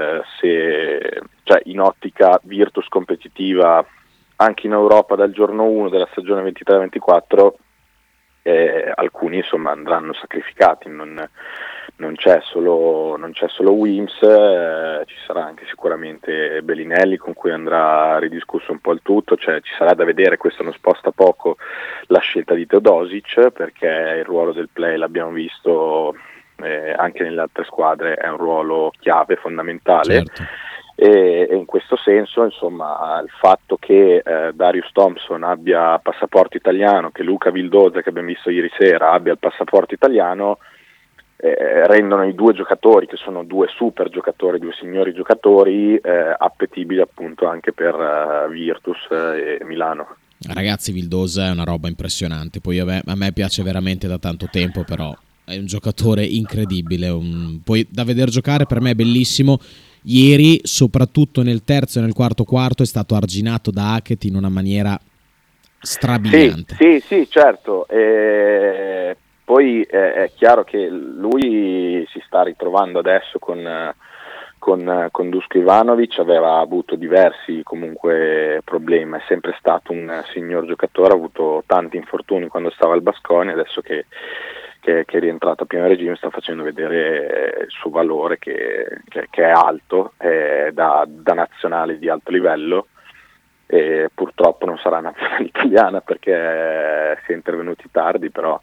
in ottica Virtus competitiva anche in Europa dal giorno 1 della stagione 23-24, alcuni insomma andranno sacrificati, non c'è solo Wims, ci sarà anche sicuramente Bellinelli con cui andrà ridiscusso un po' il tutto, cioè ci sarà da vedere, questo non sposta poco la scelta di Teodosic, perché il ruolo del play l'abbiamo visto anche nelle altre squadre, è un ruolo chiave, fondamentale. Certo. E in questo senso insomma il fatto che Darius Thompson abbia passaporto italiano, che Luca Vildoza che abbiamo visto ieri sera abbia il passaporto italiano, rendono i due giocatori, che sono due super giocatori, due signori giocatori, appetibili appunto anche per Virtus e Milano. Ragazzi, Vildosa è una roba impressionante, poi a me piace veramente da tanto tempo, però è un giocatore incredibile, poi da vedere giocare per me è bellissimo. Ieri, soprattutto nel terzo e nel quarto è stato arginato da Hackett in una maniera strabiliante. Sì, certo. Poi è chiaro che lui si sta ritrovando adesso con Dusko Ivanovic, aveva avuto diversi comunque problemi, è sempre stato un signor giocatore, ha avuto tanti infortuni quando stava al Baskonia, adesso che è rientrato a pieno regime sta facendo vedere il suo valore che è alto, da nazionale di alto livello, e purtroppo non sarà nazionale italiana perché si è intervenuti tardi, però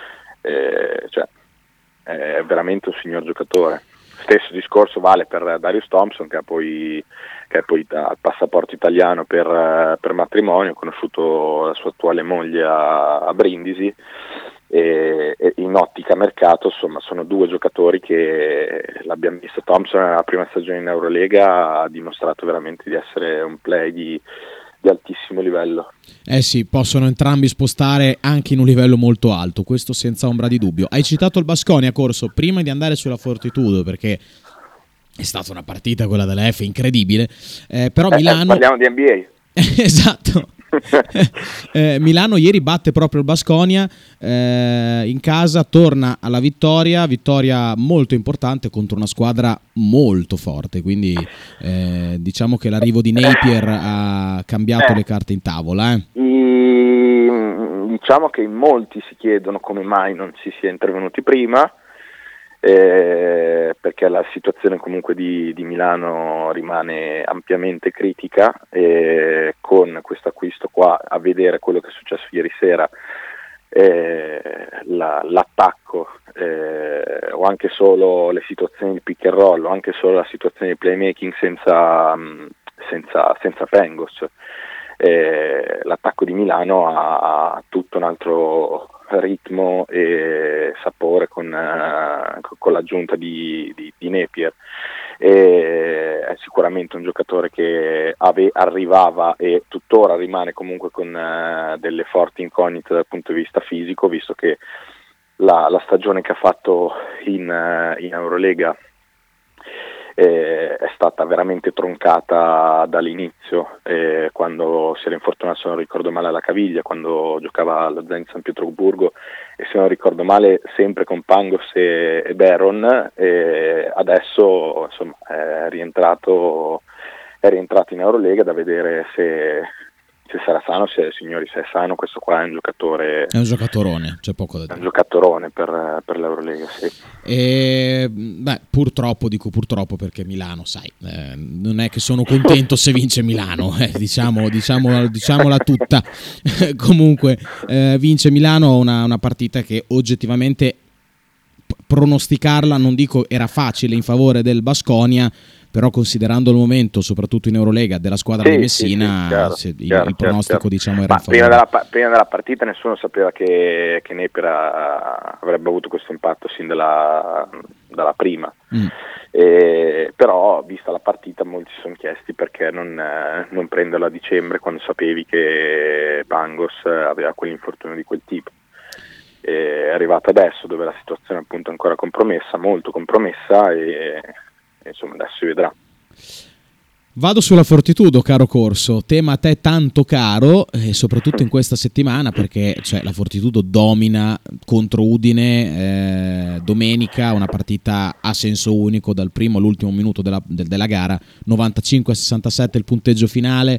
è veramente un signor giocatore. Stesso discorso vale per Darius Thompson che è poi il passaporto italiano per matrimonio, ha conosciuto la sua attuale moglie a Brindisi, e in ottica mercato insomma sono due giocatori che l'abbiamo visto. Thompson nella prima stagione in Eurolega ha dimostrato veramente di essere un play di altissimo livello. Sì, possono entrambi spostare anche in un livello molto alto, questo senza ombra di dubbio. Hai citato il Baskonia, Corso, prima di andare sulla Fortitudo, perché è stata una partita quella della F incredibile, però Milano... Parliamo di NBA. Esatto. Milano ieri batte proprio il Baskonia in casa, torna alla vittoria molto importante contro una squadra molto forte, quindi diciamo che l'arrivo di Napier ha cambiato le carte in tavola. Diciamo che in molti si chiedono come mai non si sia intervenuti prima, perché la situazione comunque di Milano rimane ampiamente critica, e con questo acquisto qua, a vedere quello che è successo ieri sera, l'attacco o anche solo le situazioni di pick and roll o anche solo la situazione di playmaking senza Pengos, l'attacco di Milano ha tutto un altro ritmo e sapore con l'aggiunta di Napier. È sicuramente un giocatore che arrivava e tuttora rimane comunque con delle forti incognite dal punto di vista fisico, visto che la stagione che ha fatto in Eurolega è stata veramente troncata dall'inizio, quando si era infortunato, se non ricordo male, alla caviglia, quando giocava allo Zenit San Pietroburgo, e se non ricordo male sempre con Pangos e Baron, e adesso insomma è rientrato in Eurolega, da vedere se sarà sano, se è sano. Questo qua è un giocatore, è un giocatorone, c'è poco da dire, è un giocatorone per l'Eurolega, sì. Purtroppo, dico purtroppo, perché Milano, sai, non è che sono contento se vince Milano, diciamola tutta. Comunque vince Milano, una partita che oggettivamente pronosticarla, non dico era facile in favore del Baskonia, però considerando il momento, soprattutto in Eurolega, della squadra di Messina, il pronostico diciamo era prima della partita nessuno sapeva che Napier avrebbe avuto questo impatto sin dalla prima. Però vista la partita molti si sono chiesti perché non prenderla a dicembre quando sapevi che Pangos aveva quell'infortunio di quel tipo. È arrivata adesso dove la situazione è appunto ancora compromessa, molto compromessa, e insomma adesso si vedrà. Vado sulla Fortitudo, caro Corso, tema a te tanto caro, soprattutto in questa settimana, perché la Fortitudo domina contro Udine domenica, una partita a senso unico dal primo all'ultimo minuto della gara, 95-67 il punteggio finale.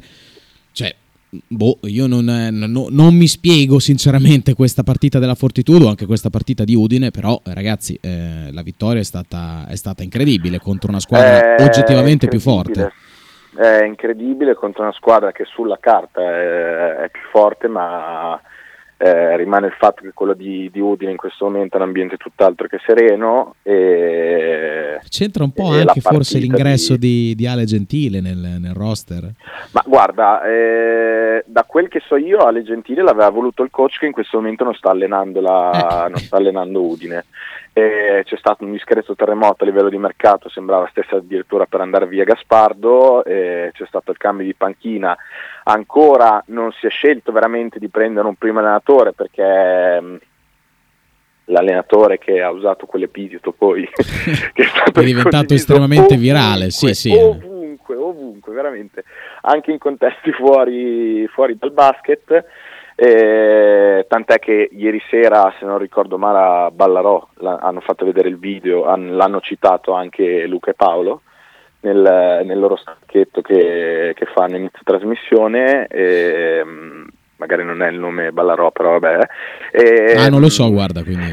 Io non mi spiego sinceramente questa partita della Fortitudo, anche questa partita di Udine, però ragazzi la vittoria è stata incredibile contro una squadra oggettivamente più forte. È incredibile contro una squadra che sulla carta è più forte, ma rimane il fatto che quello di Udine in questo momento è un ambiente tutt'altro che sereno, e c'entra un po' anche forse l'ingresso di Ale Gentile nel roster. Ma guarda, da quel che so io Ale Gentile l'aveva voluto il coach che in questo momento non sta allenando Udine. C'è stato un discreto terremoto a livello di mercato, sembrava stesse addirittura per andare via Gaspardo, c'è stato il cambio di panchina, ancora non si è scelto veramente di prendere un primo allenatore perché l'allenatore che ha usato quell'epiteto poi che è stato è diventato estremamente virale, ovunque, veramente, anche in contesti fuori dal basket. Tant'è che ieri sera, se non ricordo male, a Ballarò hanno fatto vedere il video, l'hanno citato anche Luca e Paolo nel loro stacchetto che fanno inizio trasmissione, magari non è il nome Ballarò, però vabbè. Non lo so, guarda, quindi.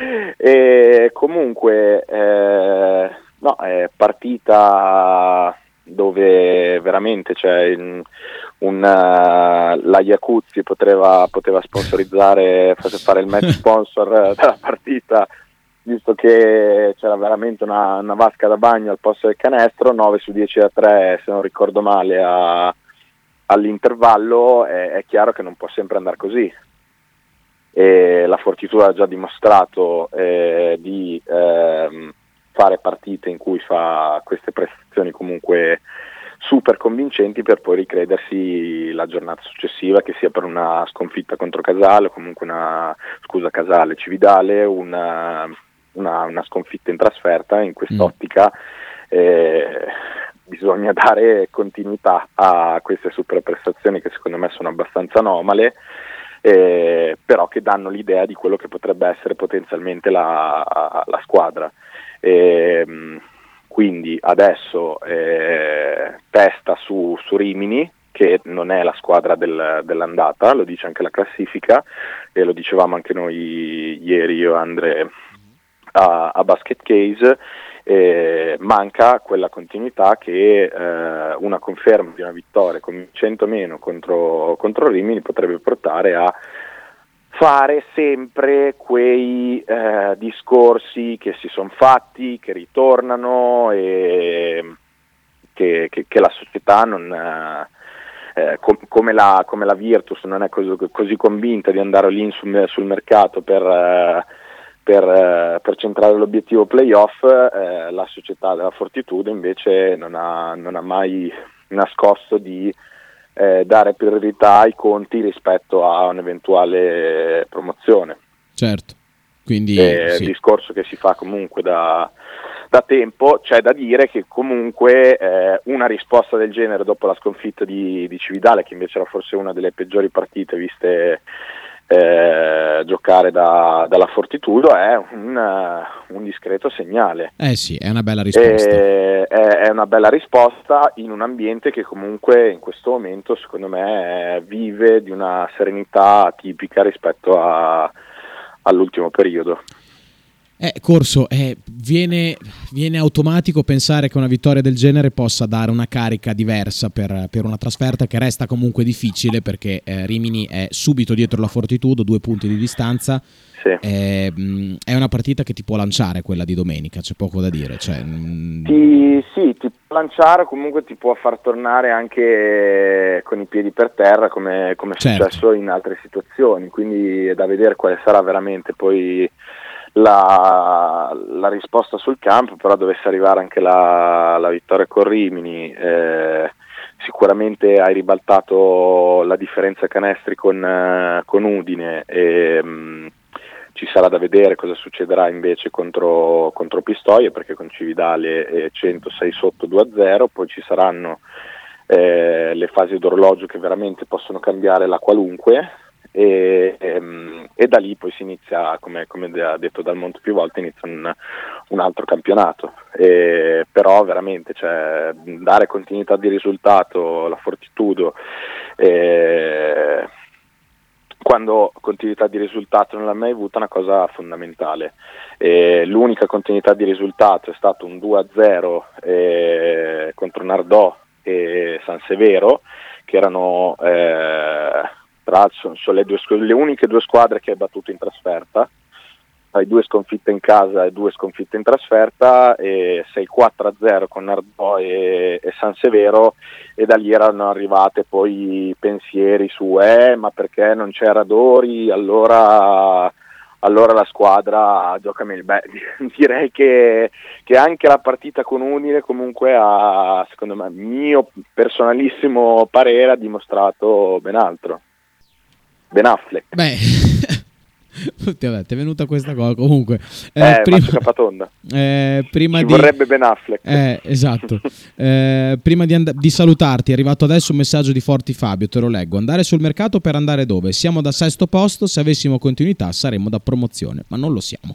Comunque no, è partita dove veramente c'è la Iacuzzi poteva sponsorizzare, fare il match sponsor della partita, visto che c'era veramente una vasca da bagno al posto del canestro, 9 su 10 da 3 se non ricordo male all'intervallo. È chiaro che non può sempre andare così, e la Fortitudo ha già dimostrato di fare partite in cui fa queste prestazioni comunque super convincenti per poi ricredersi la giornata successiva, che sia per una sconfitta contro Casale o comunque Cividale, una sconfitta in trasferta. In quest'ottica bisogna dare continuità a queste super prestazioni che secondo me sono abbastanza anomale, però che danno l'idea di quello che potrebbe essere potenzialmente la squadra. Quindi adesso testa su Rimini, che non è la squadra dell'andata, lo dice anche la classifica e lo dicevamo anche noi ieri, io e Andre a Basket Case. Manca quella continuità che una conferma di una vittoria con 100 meno contro Rimini potrebbe portare a fare sempre quei discorsi che si sono fatti, che ritornano, e che la società non come la Virtus non è così convinta di andare lì sul mercato per centrare l'obiettivo playoff. La società della Fortitudo invece non ha mai nascosto di dare priorità ai conti rispetto a un'eventuale promozione. Certo, quindi sì. Il discorso che si fa comunque da tempo. C'è da dire che comunque una risposta del genere dopo la sconfitta di Cividale, che invece era forse una delle peggiori partite viste giocare dalla Fortitudo, è un discreto segnale. Sì, è una bella risposta. È una bella risposta in un ambiente che comunque in questo momento secondo me vive di una serenità atipica rispetto all'ultimo periodo. Corso, viene automatico pensare che una vittoria del genere possa dare una carica diversa per una trasferta che resta comunque difficile, perché Rimini è subito dietro la Fortitudo, 2 punti di distanza. Sì. È una partita che ti può lanciare, quella di domenica, c'è poco da dire. lanciare, comunque ti può far tornare anche con i piedi per terra, come è successo in altre situazioni, quindi è da vedere quale sarà veramente poi la risposta sul campo. Però dovesse arrivare anche la vittoria con Rimini, sicuramente hai ribaltato la differenza canestri con Udine, e ci sarà da vedere cosa succederà invece contro Pistoia, perché con Cividale e 106 sotto 2-0, poi ci saranno le fasi d'orologio che veramente possono cambiare la qualunque, e da lì poi si inizia, come ha detto Dal Monte più volte, inizia un altro campionato, però veramente, cioè, dare continuità di risultato, la Fortitudo, quando continuità di risultato non l'ha mai avuta, è una cosa fondamentale. L'unica continuità di risultato è stato un 2-0 contro Nardò e San Severo, che erano tra l'altro sono le uniche due squadre che hai battuto in trasferta. Hai 2 sconfitte in casa e 2 sconfitte in trasferta, e 6-4-0 con Nardò e San Severo, e da lì erano arrivate poi pensieri su ma perché non c'era Dori, allora la squadra gioca meglio. Direi che anche la partita con Udine comunque ha, secondo me, mio personalissimo parere, ha dimostrato ben altro. Ben Affleck. Ti è venuta questa cosa comunque. Prima ci vorrebbe Ben Affleck. Esatto. Prima di salutarti, è arrivato adesso un messaggio di Forti Fabio, te lo leggo. Andare sul mercato per andare dove? Siamo da 6° posto, se avessimo continuità saremmo da promozione, ma non lo siamo.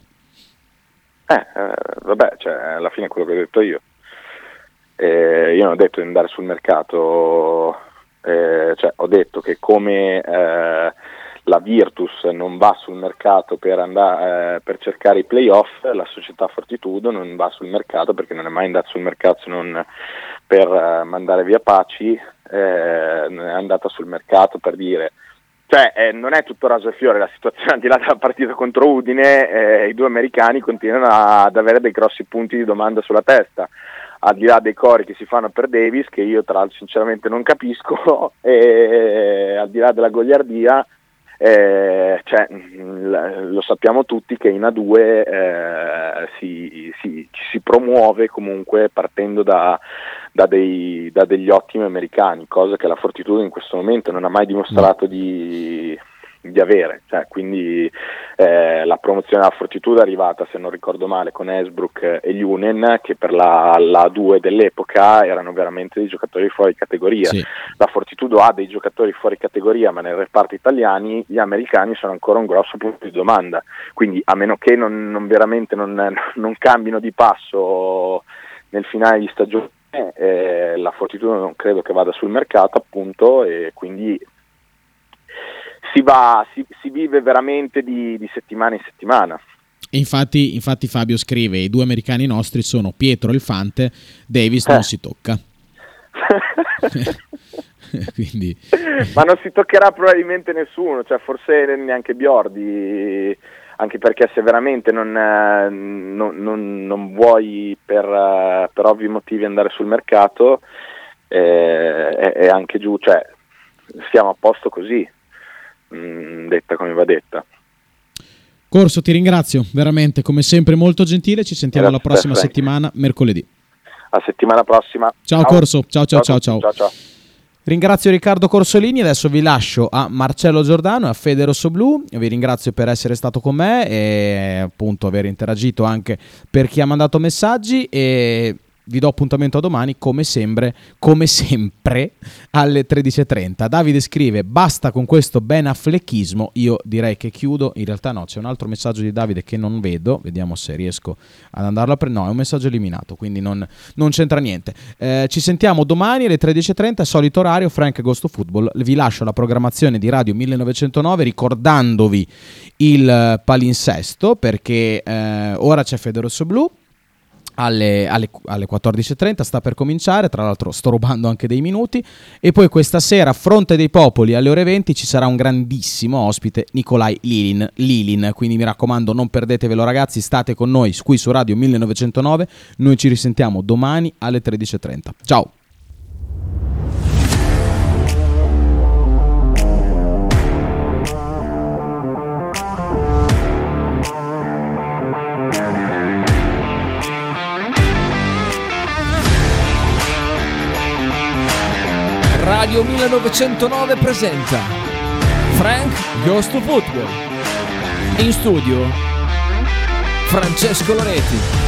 Vabbè, cioè, alla fine è quello che ho detto io. Io non ho detto di andare sul mercato, cioè ho detto che come la Virtus non va sul mercato per cercare i playoff, la società Fortitudo non va sul mercato perché non è mai andata sul mercato se non per mandare via Paci, è andata sul mercato per dire, cioè non è tutto raso e fiore la situazione, al di là della partita contro Udine, i 2 americani continuano ad avere dei grossi punti di domanda sulla testa, al di là dei cori che si fanno per Davis, che io tra l'altro sinceramente non capisco, e al di là della goliardia, cioè, lo sappiamo tutti che in A2 si promuove comunque partendo da degli ottimi americani, cosa che la Fortitudo in questo momento non ha mai dimostrato di avere, cioè, quindi la promozione della Fortitudo è arrivata, se non ricordo male, con Esbrook e Lunen, che per la A2 dell'epoca erano veramente dei giocatori fuori categoria. Sì. La Fortitudo ha dei giocatori fuori categoria, ma nel reparto italiani gli americani sono ancora un grosso punto di domanda, quindi a meno che non veramente non cambino di passo nel finale di stagione, la Fortitudo non credo che vada sul mercato, appunto, e quindi si vive veramente di settimana in settimana. Infatti Fabio scrive: i 2 americani nostri sono Pietro Elfante, Davis non si tocca. Quindi ma non si toccherà probabilmente nessuno, cioè forse neanche Biordi, anche perché se veramente non vuoi per ovvi motivi andare sul mercato, è anche giù, cioè siamo a posto così, detta come va detta. Corso, ti ringrazio veramente, come sempre molto gentile, ci sentiamo la prossima settimana, mercoledì. A settimana prossima. Ciao Corso, ciao. Ringrazio Riccardo Corsolini, adesso vi lascio a Marcello Giordano e a Fede Rossoblu. Vi ringrazio per essere stato con me e appunto aver interagito anche per chi ha mandato messaggi, e vi do appuntamento a domani come sempre alle 13.30. Davide scrive: basta con questo Ben Affleckismo. Io direi che chiudo, in realtà no, c'è un altro messaggio di Davide che non vedo, vediamo se riesco ad andarlo a prendere. No, è un messaggio eliminato, quindi non c'entra niente. Ci sentiamo domani alle 13.30, solito orario, Frank Agosto Football. Vi lascio la programmazione di Radio 1909 ricordandovi il palinsesto, perché ora c'è Fede Rossoblu alle 14.30, sta per cominciare, tra l'altro sto rubando anche dei minuti, e poi questa sera a Fronte dei Popoli alle ore 20 ci sarà un grandissimo ospite, Nikolai Lilin, quindi mi raccomando non perdetevelo ragazzi, state con noi qui su Radio 1909, noi ci risentiamo domani alle 13.30, ciao! Radio 1909 presenta Frank Goes to Football. In studio Francesco Loretti.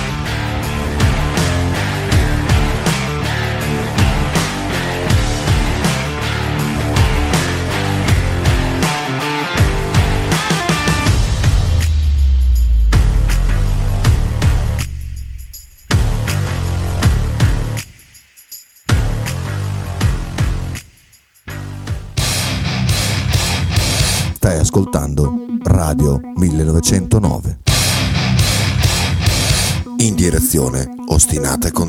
Stai ascoltando Radio 1909. In direzione ostinata e